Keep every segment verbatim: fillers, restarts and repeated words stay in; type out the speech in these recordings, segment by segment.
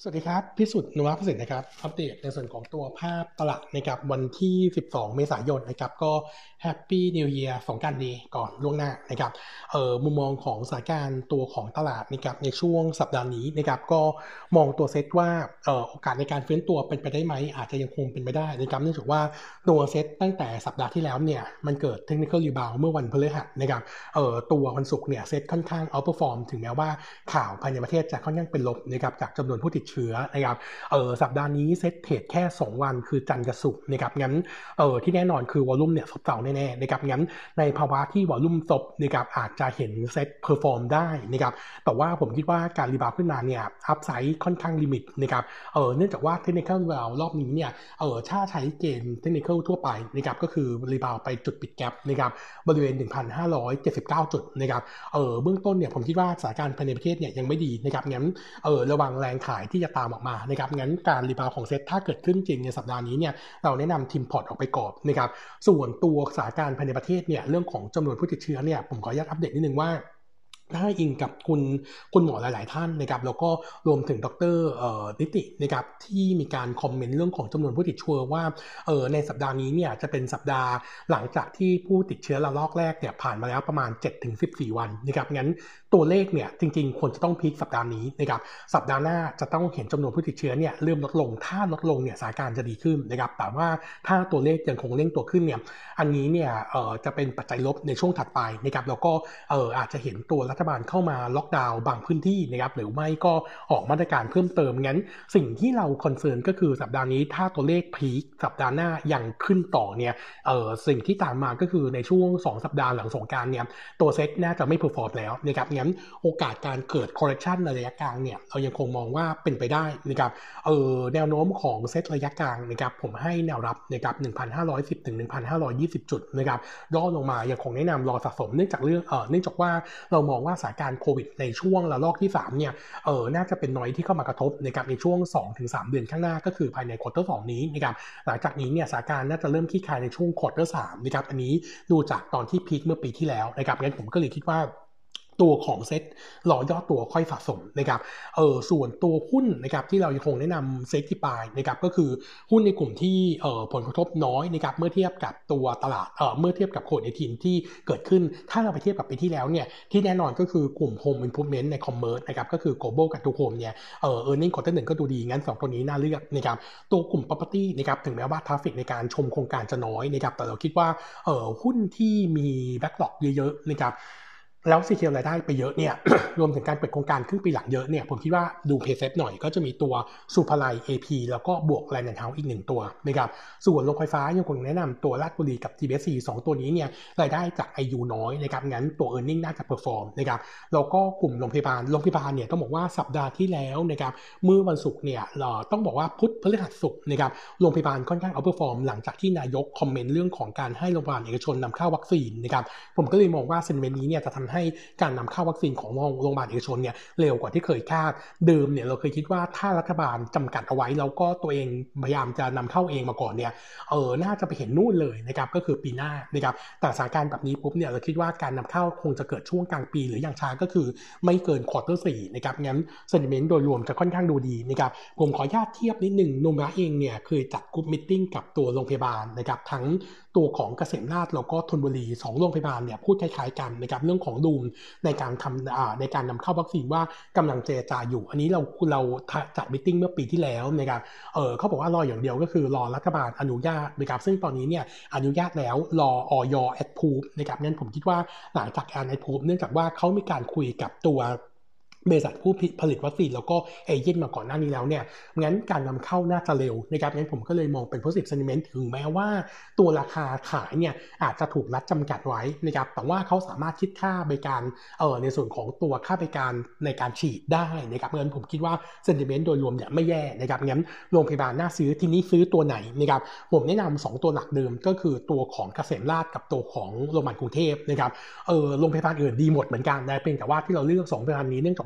สวัสดีครับพิสุทธิ์นุวัฒน์ประสิทธิ์นะครับอัปเดตในส่วนของตัวภาพตลาดนะครับวันที่สิบสองเมษายนนะครับก็แฮปปี้นิวเยียร์สงกรานต์ดีก่อนล่วงหน้านะครับเอ่อมุมมองของสถานการณ์ตัวของตลาดนะครับในช่วงสัปดาห์นี้นะครับก็มองตัวเซตว่าเอ่อโอกาสในการฟื้นตัวเป็นไปได้ไหมอาจจะยังคงเป็นไปได้นะครับเนื่องจากว่าตัวเซตตั้งแต่สัปดาห์ที่แล้วเนี่ยมันเกิดเทคนิคอลรีบาวด์เมื่อวันพฤหัสนะครับเอ่อตัววันศุกร์เนี่ยเซตค่อนข้างเอาท์เพอร์ฟอร์มถึงแม้ว่าข่าวภายในประเทศจะค่อนข้างเป็นลบนะครับจากจำนวนผู้ติดเชื้อนะครับเออสัปดาห์นี้เซตเทรดแค่สองวันคือจันทร์กับศุกร์นะครับงั้นเออที่แน่นอนคือวอลุ่มเนี่ยซบเซาแน่ๆนะครับงั้นในภาวะที่วอลุ่มซบนะครับอาจจะเห็นเซตเพอร์ฟอร์มได้นะครับแต่ว่าผมคิดว่าการรีบาวขึ้นมาเนี่ยอัพไซด์ค่อนข้างลิมิตนะครับเออเนื่องจากว่าเทคนิคอลรีบาวรอบนี้เนี่ยเออถ้าใช้เกณฑ์เทคนิคอลทั่วไปนะครับก็คือรีบาวไปจุดปิดแกปนะครับบริเวณ หนึ่งพันห้าร้อยเจ็ดสิบเก้า จุดนะครับเออเบื้องต้นเนี่ยผมคิดว่าสถานการณ์ภายในประเทศเนี่ยยังไม่ดีนะครับงั้นเออระวังแรงขายที่จะตามออกมานะครับงั้นการรีบาวของเซ็ตถ้าเกิดขึ้นจริงในสัปดาห์นี้เนี่ยเราแนะนำทีมพอร์ตออกไปก่อนนะครับส่วนตัวสถานการณ์ภายในประเทศเนี่ยเรื่องของจำนวนผู้ติดเชื้อเนี่ยผมขออนุญาตอัปเดตนิดนึงว่าถ้าอิงกับคุณคุณหมอหลายๆท่านนะครับแล้วก็รวมถึงดรเอ่อนิตินะครับที่มีการคอมเมนต์เรื่องของจำนวนผู้ติดเชื้อว่าเออในสัปดาห์นี้เนี่ยจะเป็นสัปดาห์หลังจากที่ผู้ติดเชื้อระลอกแรกเนี่ยผ่านมาแล้วประมาณ เจ็ดถึงสิบสี่ วันนะครับงั้นตัวเลขเนี่ยจริงๆควรจะต้องพีคสัปดาห์นี้นะครับสัปดาห์หน้าจะต้องเห็นจำนวนผู้ติดเชื้อเนี่ยเริ่มลดลงถ้าลดลงเนี่ยสถานการณ์จะดีขึ้นนะครับแต่ว่าถ้าตัวเลขยังคงเร่งตัวขึ้นเนี่ยอันนี้เนี่ยเอ่อจะเป็นปัจจัยลบในช่วงถัดไปนะครับแล้วก็เอ่ออาจจะเห็นตัวรัฐบาลเข้ามาล็อกดาวน์บางพื้นที่นะครับหรือไม่ก็ออกมาตรการเพิ่มเติมงั้นสิ่งที่เราคอนเซิร์นก็คือสัปดาห์นี้ถ้าตัวเลขพีคสัปดาห์หน้ายังขึ้นต่อเนี่ยเอ่อสิ่งที่ตามมาก็คือในช่วงสองสัปดาห์หลังสงกรานต์เนี่ยตัวเซ็ตน่าจะไม่เพอร์ฟอร์มแล้วนะครับงั้นโอกาสการเกิด correction ในระยะกลางเนี่ยเรายังคงมองว่าเป็นไปได้นะครับเอ่อแนวโน้มของเซ็ตระยะกลางนะครับผมให้แนวรับนะครับหนึ่งพันห้าร้อยสิบถึงหนึ่งพันห้าร้อยยี่สิบ จุดนะครับย่อลงมายังคงแนะนำรอสะสมเนื่องจากเรื่องเอ่อเนื่องจากว่าเรามองว่าสถานการณ์โควิดในช่วงระลอกที่สามเนี่ยเอ่อน่าจะเป็นน้อยที่เข้ามากระทบนะครับในช่วง สองถึงสาม เดือนข้างหน้าก็คือภายในควอเตอร์สองนี้นะครับหลังจากนี้เนี่ยสถานการณ์น่าจะเริ่มคลี่คลายในช่วงควอเตอร์สามนะครับอันนี้ดูจากตอนที่พีคเมื่อปีที่แล้วนะครับงั้นผมก็เลยคิดว่าตัวของเซ็ตรอย่อตัวค่อยสะสมนะครับเออส่วนตัวหุ้นนะครับที่เรายังคงแนะนำเซ็ตที่ปลายนะครับก็คือหุ้นในกลุ่มที่เอ่อผลกระทบน้อยนะครับเมื่อเทียบกับตัวตลาดเอ่อเมื่อเทียบกับโควิด สิบเก้า ที่เกิดขึ้นถ้าเราไปเทียบกับปีที่แล้วเนี่ยที่แน่นอนก็คือกลุ่ม Home Improvement ใน Commerce นะครับก็คือ Global กับ True Home เนี่ยเอ่อ earning quarter หนึ่งก็ดูดีงั้นสองตัวนี้น่าเลือกนะครับตัวกลุ่ม property นะครับถึงแม้ว่าทราฟฟิกในการชมโครงการจะน้อยนะครับแต่เราคิดว่าเอ่อหุ้นที่มี backlog เยอะๆนะครับแล้วซีเคียวรายได้ไปเยอะเนี่ย รวมถึงการเปิดโครงการครึ่งปีหลังเยอะเนี่ยผมคิดว่าดูเพย์เซฟหน่อยก็จะมีตัวสุภาลัย เอ พี แล้วก็บวกแลนด์แอนด์เฮาส์อีกหนึ่งตัวนะครับส่วนโรงไฟฟ้ายังคงแนะนำตัวราชบุรีกับ ที บี เอส ซี สองตัวนี้เนี่ยรายได้จาก ไอ ยู น้อยนะครับงั้นตัว earning น่าจะเพอร์ฟอร์มนะครับแล้วก็กลุ่มโรงพยาบาลโรงพยาบาลเนี่ยต้องบอกว่าสัปดาห์ที่แล้วนะครับเมื่อวันศุกร์เนี่ยเราต้องบอกว่าพุธพฤหัสศุกร์นะครับโรงพยาบาลค่อนข้างเอาเพอร์ฟอร์มหลังจากที่นายกคอมเมนต์เรื่องของการให้โรงพยาบาลเอกชนนำเข้าวัคซีนนะครับผมก็เลยมองว่าเซนเมนต์นี้เนี่ยจะทำให้การนำเข้าวัคซีนของโรงพยาบาลเอกชนเนี่ยเร็วกว่าที่เคยคาดเดิมเนี่ยเราเคยคิดว่าถ้ารัฐบาลจำกัดเอาไว้แล้วก็ตัวเองพยายามจะนำเข้าเองมาก่อนเนี่ยเออน่าจะไปเห็นนู่นเลยนะครับก็คือปีหน้านะครับแต่สถานการณ์แบบนี้ปุ๊บเนี่ยเราคิดว่าการนำเข้าคงจะเกิดช่วงกลางปีหรืออย่างช้าก็คือไม่เกินควอเตอร์สี่นะครับงั้นเซนติเมนต์โดยรวมจะค่อนข้างดูดีนะครับผมขออนุญาตเทียบนิดหนึ่งโนมระเองเนี่ยเคยจัดกรุ๊ปมิทติ้งกับตัวโรงพยาบาลนะครับทั้งตัวของเกษมราษฎร์แล้วก็ธนบุรีสองโรงพยาบาลเนี่ยพูดคล้ายๆกันนะครับเรื่องของดูมในการทำในการนำเข้าวัคซีนว่ากำลังเจรจาอยู่อันนี้เราเราจัดมิทติ้งเมื่อปีที่แล้วนะครับเออเขาบอกว่ารออย่างเดียวก็คือรอรัฐบาลอนุญาตนะครับซึ่งตอนนี้เนี่ยอนุญาตแล้วรอออยแอดพูฟนะครับงั้นผมคิดว่าหลังจากการแอดพูฟเนื่องจากว่าเขามีการคุยกับตัวบริษัทผู้ผลิตวัคซีนแล้วก็เอเจนต์มาก่อนหน้านี้แล้วเนี่ยงั้นการนำเข้าน่าจะเร็วนะครับงั้นผมก็เลยมองเป็น positive sentiment ถึงแม้ว่าตัวราคาขายเนี่ยอาจจะถูกรัดจำกัดไว้นะครับแต่ว่าเขาสามารถคิดค่าบริการเอ่อในส่วนของตัวค่าบริการในการฉีดได้นะครับงั้นผมคิดว่า sentiment โดยรวมเนี่ยไม่แย่นะครับงั้นโรงพยาบาลน่าซื้อทีนี้ซื้อตัวไหนนะครับผมแนะนำสองตัวหลักเดิมก็คือตัวของเกษมราษฎร์กับตัวของโรงพยาบาลกรุงเทพนะครับเออโรงพยาบาลอื่นดีหมดเหมือนกันนะเพียงแต่ว่าที่เราเลือกสองโรงพยาบาลนี้เนื่องจากว่า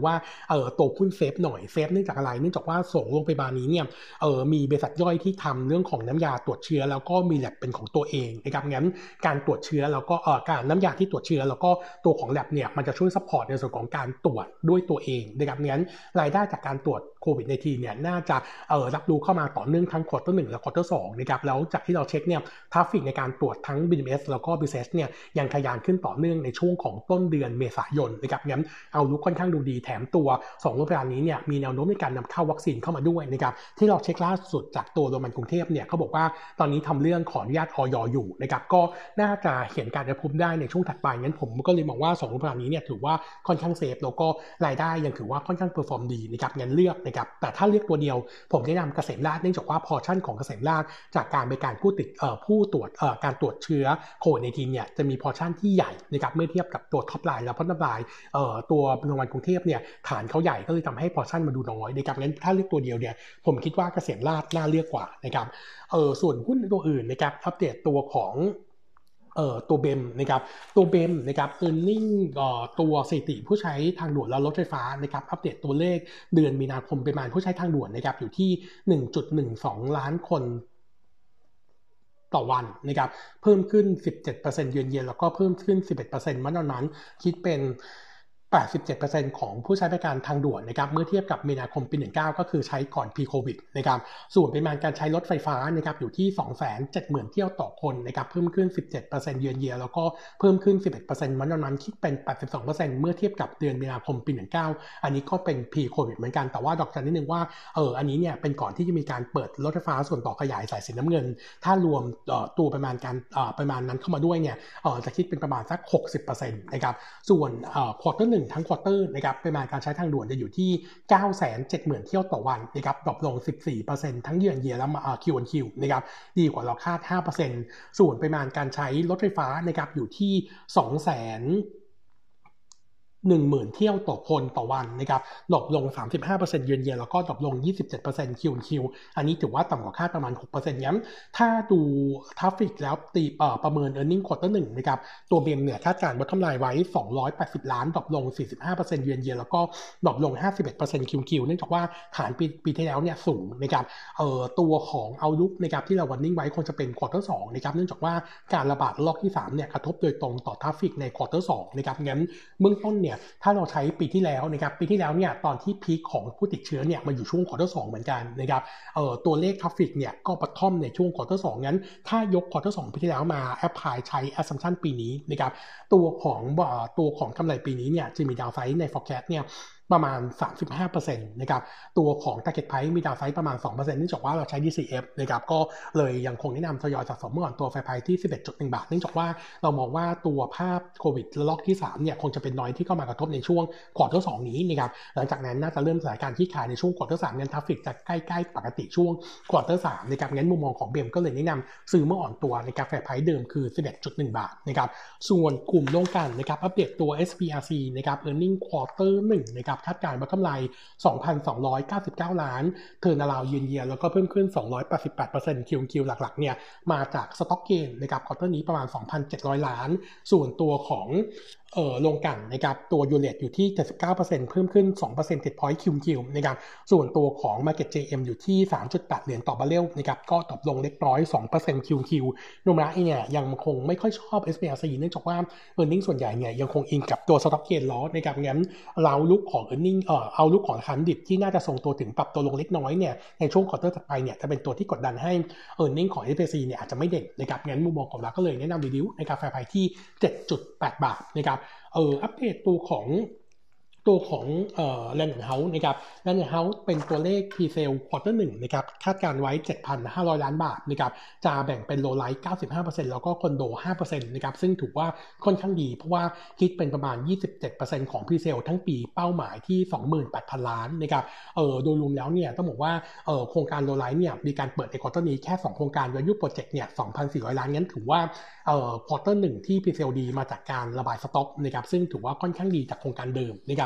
ว่าเอ่อตัวหุ้นเซฟหน่อยเซฟเนื่องจากอะไรเนื่องจากว่าส่งโรงพยาบาลนี้เนี่ยเอ่อมีบริษัทย่อยที่ทำเรื่องของน้ำยาตรวจเชื้อแล้วก็มีแลบเป็นของตัวเองนะครับงั้นการตรวจเชื้อแล้วก็เอ่อการน้ำยาที่ตรวจเชื้อแล้วก็ตัวของแลบเนี่ยมันจะช่วยซัพพอร์ตในส่วนของการตรวจด้วยตัวเองนะครับงั้นรายได้จากการตรวจโควิด สิบเก้า เนี่ยน่าจะเอ่อรับรู้เข้ามาต่อเนื่องทั้งควอเตอร์หนึ่งและควอเตอร์สองนะครับแล้วจากที่เราเช็คเนี่ยทราฟฟิกในการตรวจทั้ง บี เอ็ม เอส แล้วก็ Business เนี่ยยังทะยานขึ้นต่อเนื่องในช่วงของต้นเดือนเมษายนนะครับงั้นเอาลุกค่อนข้างดูดีแถมตัวสองโรงพยาบาลนี้เนี่ยมีแนวโน้มในการนำเข้าวัคซีนเข้ามาด้วยนะครับที่เราเช็คล่าสุดจากตัวโรงพยาบาลกรุงเทพเนี่ยเขาบอกว่าตอนนี้ทำเรื่องขออนุญาตอย.อยู่นะครับก็น่าจะเห็นการกระตุ้นได้ในช่วงถัดไปงั้นผมก็เลยมองว่าสองโรงพยาบาลนี้เนี่ยถือว่าค่อนข้างเซฟแล้วก็รายได้ยังถือว่าค่อนข้างเพอร์ฟอร์มดีนะครับงั้นเลือกนะครับแต่ถ้าเลือกตัวเดียวผมแนะนำเกษมราษฎร์เนื่องจากว่าพอร์ชั่นของเกษมราษฎร์จากการเป็นการผู้ติดเอ่อผู้ตรวจเอ่อการตรวจเชื้อโควิด สิบเก้า เนี่ยจะมีพอร์ชั่นที่ใหญ่นะครับเมื่อเทียบกับตัวท็อปไลน์แล้วเพราะท็อปไลน์เอ่อตัวโรงพยาบาลกรุงเทพเนี่ยฐานเขาใหญ่ก็เลยทำให้พอร์ชั่นมันดูน้อยนะครับงั้นถ้าเลือกตัวเดียวเนี่ยผมคิดว่าเกษมราษฎร์น่าเลือกกว่านะครับเอ่อส่วนหุ้นตัวอื่นนะครับอัปเดตตัวของเอ่อตัวเบมนะครับตัวเบมนะครับ earning เอ่อตัวสถิติผู้ใช้ทางด่วนและรถไฟฟ้านะครับอัปเดตตัวเลขเดือนมีนาคมประมาณผู้ใช้ทางด่วนนะครับอยู่ที่ หนึ่งจุดหนึ่งสอง ล้านคนต่อวันนะครับเพิ่มขึ้น สิบเจ็ดเปอร์เซ็นต์ เยือนเยียแล้วก็เพิ่มขึ้น สิบเอ็ดเปอร์เซ็นต์ เมื่อนั้นคิดเป็นแปดสิบเจ็ดเปอร์เซ็นต์ ของผู้ใช้บริการทางด่วนนะครับเมื่อเทียบกับมีนาคมปีสิบเก้าก็คือใช้ก่อน pre covid นะครับส่วนปริมาณการใช้รถไฟฟ้านะครับอยู่ที่ สองแสนเจ็ดหมื่น เที่ยวต่อคนนะครับเพิ่มขึ้น สิบเจ็ดเปอร์เซ็นต์ เยือนเยียแล้วก็เพิ่มขึ้น สิบเอ็ดเปอร์เซ็นต์ วันนั้นคิดเป็น แปดสิบสองเปอร์เซ็นต์ เมื่อเทียบกับเดือนมีนาคมปีสิบเก้าอันนี้ก็เป็น pre covid เหมือนกันแต่ว่าดอกจันนิดนึงว่าเอออันนี้เนี่ยเป็นก่อนที่จะมีการเปิดรถไฟฟ้าส่วนต่อขยายสายสีน้ำเงินถ้ารวมตัวประมาณการประมาณนั้นเข้ามาด้วยเนี่ยเออจะคิดเป็นประมาณสัก หกสิบเปอร์เซ็นต์ นะครับส่วนควอเตอร์หนึ่งทั้งควอเตอร์นะครับปริมาณการใช้ทางด่วนจะอยู่ที่ เก้าแสนเจ็ดหมื่น เที่ยวต่อวันนะครับดรอปลง สิบสี่เปอร์เซ็นต์ ทั้งเยือนเยียและมา Q on Q นะครับดีกว่าเราคาด ห้าเปอร์เซ็นต์ ส่วนปริมาณการใช้รถไฟฟ้านะครับอยู่ที่ สองแสนหนึ่งหมื่น เที่ยวต่อคนต่อวันนะครับดรอปลง สามสิบห้าเปอร์เซ็นต์ เยือนเยียแล้วก็ดรอปลง ยี่สิบเจ็ดเปอร์เซ็นต์ Q on Q อันนี้ถือว่าต่ำกว่าคาดประมาณ หกเปอร์เซ็นต์ ย้ำถ้าดูทราฟฟิกแล้วตีเอ่อประเมิน earning quarter หนึ่งนะครับตัวเบมเนี่ยคาดการณ์ bottom line ไว้สองร้อยแปดสิบล้านดรอปลง สี่สิบห้าเปอร์เซ็นต์ เยือนเยียแล้วก็ดรอปลง ห้าสิบเอ็ดเปอร์เซ็นต์ Q on Q เนื่องจากว่าฐานปีปีที่แล้วเนี่ยสูงนะครับเอ่อตัวของ outlook นะครับที่เรา warning ไว้คงจะเป็น quarter สองนะครับเนื่องจากว่าการระบาดรอบที่สามเนี่ยกระทบโดยตรงต่อทราฟฟิกใน quarter สองนะครับงั้นเบื้องต้นเนี่ยถ้าเราใช้ปีที่แล้วนะครับปีที่แล้วเนี่ยตอนที่พีคของผู้ติดเชื้อเนี่ยมาอยู่ช่วงควอเตอร์สองเหมือนกันนะครับเอ่อตัวเลขทราฟฟิกเนี่ยก็ปะท่อมในช่วงควอเตอร์สองงั้นถ้ายกควอเตอร์สองปีที่แล้วมาแอพพลายใช้ assumption ปีนี้นะครับตัวของตัวของกำไรปีนี้เนี่ยจะมีดาวไซด์ใน forecast เนี่ยประมาณ สามสิบห้าเปอร์เซ็นต์ นะครับตัวของ target price มีดาวไซด์ประมาณ สองเปอร์เซ็นต์ เนื่องจากว่าเราใช้ ดี ซี เอฟ นะครับก็เลยยังคงแนะนำทยอยสะสมเมื่อก่อนตัวไฟไพที่ สิบเอ็ดจุดหนึ่ง บาทเนื่องจากว่าเรามองว่าตัวภาพโควิดระลอกที่สามเนี่ยคงจะเป็นน้อยที่เข้ามากระทบในช่วงควอเตอร์สองนี้นะครับหลังจากนั้นน่าจะเริ่มสถานการณ์ที่ขายในช่วงควอเตอร์สามงั้นทราฟฟิกจะใกล้ๆปกติช่วงควอเตอร์สามนะครับงั้นมุมมองของเบมก็เลยแนะนำซื้อเมื่ออ่อนตัวในกาแฟไพเดิมคือ สิบเอ็ดจุดหนึ่ง บาทนะครับส่วนกลุ่มโรงกลั่นนะครับอัปเดตตัว เอส พี อาร์ ซี นะครับ earning quarter หนึ่งนะครับคาดการณ์ bottom lineสองพันสองร้อยเก้าสิบเก้า ล้านเทิร์นอราวด์เยือนเยียแล้วก็เพิ่มขึ้น สองร้อยแปดสิบแปดเปอร์เซ็นต์ Q on Q หลักๆเนี่ยมาจากสต็อกเกนนะครับควอเตอร์นี้ประมาณ สองพันเจ็ดร้อย ล้านส่วนตัวของเอ่อโรงกลั่นนะครับตัวยูเลตอยู่ที่ เจ็ดสิบเก้าเปอร์เซ็นต์ เพิ่มขึ้น สองเปอร์เซ็นต์ ติด point Q on Q นะครับส่วนตัวของ Market เจ เอ็ม อยู่ที่ สามจุดแปด เหรียญต่อบาร์เรลนะครับก็ตกลงเล็กน้อย สองเปอร์เซ็นต์ Q on Q โนมระเนี่ยยังคงไม่ค่อยชอบ เอส พี อาร์ ซี เนื่องจากว่า earning ส่วนใหญ่เนี่ยยังคงอิงกับตัวสต็อกเกนลอสนะครับงั้นเราลุกของ earning เอ่อเอาลุกของราคาดิบที่น่าจะส่งตัวถึงปรับตัวลงเล็กน้อยเนี่ยในช่วงควอเตอร์ถัดไปเนี่ยจะเป็นตัวที่กดดันให้ earning ของ เอส พี อาร์ ซี เนี่ยอาจจะไม่เด่นนะครับงั้นมุมมองของเราก็เลยแนะนำรีวิวในกาแฟไพที่ เจ็ดจุดแปด บาทนะครับเอออัปเดตตัวของตัวของเอ่อ Land and House นะครับ Land and House เป็นตัวเลข Pre-sale Quarter หนึ่งนะครับคาดการไว้ เจ็ดพันห้าร้อย ล้านบาทนะครับจะแบ่งเป็น Low Rise เก้าสิบห้าเปอร์เซ็นต์ แล้วก็คอนโด ห้าเปอร์เซ็นต์ นะครับซึ่งถือว่าค่อนข้างดีเพราะว่าคิดเป็นประมาณ ยี่สิบเจ็ดเปอร์เซ็นต์ ของ Pre-sale ทั้งปีเป้าหมายที่ สองหมื่นแปดพัน ล้านนะครับเออโดยรวมแล้วเนี่ยต้องบอกว่าเออโครงการ Low Rise เนี่ยมีการเปิดใน Quarter นี้แค่สองโครงการ Value Project เนี่ย สองพันสี่ร้อย ล้านงั้นถือว่าเอ่อ Quarter หนึ่งที่ Pre-sale ดีมาจากการระบายสต็อกนะครับซึ่งถือว่าค่อนข้างดีจากโครงการเดิมนะครับ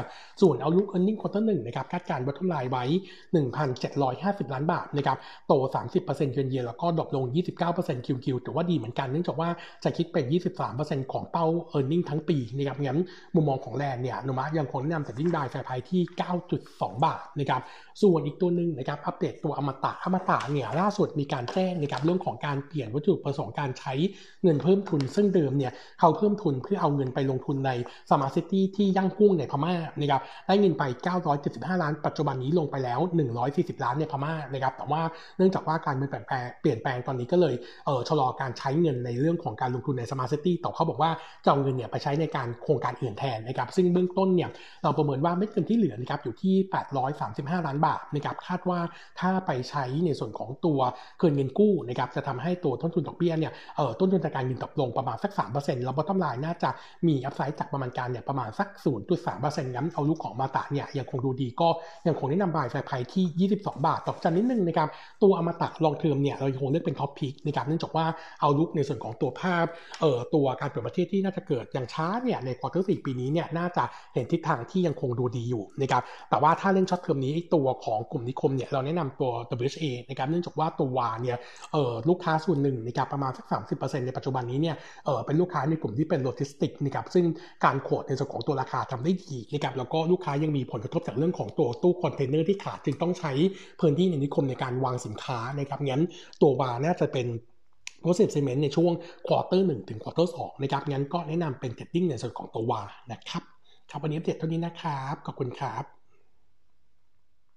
นะครับส่วน Outlook Earnings Quarter หนึ่งนะครับคาดการณ์ Bottom Line ไว้ หนึ่งพันเจ็ดร้อยห้าสิบ ล้านบาทนะครับโต สามสิบเปอร์เซ็นต์ Year-on-Year แล้วก็ดรอปลง ยี่สิบเก้าเปอร์เซ็นต์ คิว คิว ถือว่าดีเหมือนกันเนื่องจากว่าจะคิดเป็น ยี่สิบสามเปอร์เซ็นต์ ของเป้า Earning ทั้งปีนะครับงั้นมุมมองของแลนด์เนี่ยนุมะยังคงแนะนำ Setting Buy Fair Price ที่ เก้าจุดสอง บาทนะครับส่วนอีกตัวนึงนะครับอัปเดตตัวอมตะอมตะเนี่ยล่าสุดมีการแจ้งนะครับเรื่องของการเปลี่ยนวัตถุประสงค์การใช้เงินเพิ่มทุนซึ่งเดิมเนี่ยเขาเพิ่มทุนเพื่อเอาเงินไปลงทุนใน Smart City ที่ยั่งพุ่งในพม่านะครับได้เงินไปเก้าร้อยเจ็ดสิบห้าล้านปัจจุบันนี้ลงไปแล้วหนึ่งร้อยสี่สิบล้านในพม่านะครับแต่ว่าเนื่องจากว่าการเปลี่ยนแปลงเปลี่ยนแปลงตอนนี้ก็เลยเอ่อชะลอการใช้เงินในเรื่องของการลงทุนใน Smart City แต่เขาบอกว่าจะเอาเงินเนี่ยไปใช้ในการโครงการอื่นแทนนะครับซึ่งเบื้องต้นเนี่ยเราประเมินว่าเม็ดเงินที่เหลือนะครับอยู่ที่แปดร้อยสามสิบห้าล้านบาทนะครับคาดว่าถ้าไปใช้ในส่วนของตัวคืนเงินกู้นะครับจะทำให้ตัวต้นทุนดอกเบี้ยเนี่ยเอ่อต้นทุนทางการเงินตกลงประมาณสัก สามเปอร์เซ็นต์ แล้ว bottom line น่าจะมีอัพไซด์จากประมาณการเนี่ยประมาณสัก ศูนย์จุดสามเปอร์เซ็นต์ งั้นเอาลูกของมาตะเนี่ยยังคงดูดีก็ยังคงแนะนำ buy fair price ที่ยี่สิบสองบาทตอบจันนิดนึงนะครับตัวอมตะ long term เนี่ยเราคงเลือกเป็น top pick นะครับเนื่องจากว่าเอาลุกในส่วนของตัวภาพเอ่อตัวการเปิดประเทศที่น่าจะเกิดอย่างช้าเนี่ยใน quarter สี่ปีนี้เนี่ยน่าจะเห็นทิศทางที่ยังคงดูดีอยู่นะครับแต่ว่าถ้าเล่นช็อตเทอมนี้ตัวของกลุ่มนิคมเนี่ยเราแนะนำตัว ดับเบิลยู เอช เอ นะครับเนื่องจากว่าตัววาเนี่ยเอ่อลูกค้าส่วนหนึ่งนะครับประมาณสัก สามสิบเปอร์เซ็นต์ ในปัจจุบันนี้เนี่ยเอ่อเป็นลูกค้าในกลุ่มที่เป็นโลจิสติกส์นะครับซึ่งการโคดในส่วนของตัวราคาทำได้ดีนะครับแล้วก็ลูกค้ายังมีผลกระทบจากเรื่องของตัวตู้คอนเทนเนอร์ที่ขาดจึงต้องใช้พื้นที่ในนิคมในการวางสินค้านะครับงั้นตัววาน่าจะเป็นpositive sentiment ในช่วงควอเตอร์หนึ่งถึงควอเตอร์สองนะครับงั้นก็แนะนำเป็นเทรดดิ้งในส่วนของตัววานะครับครับวันนี้อัปเดตเท่านี้นะครับขอบคุณครับ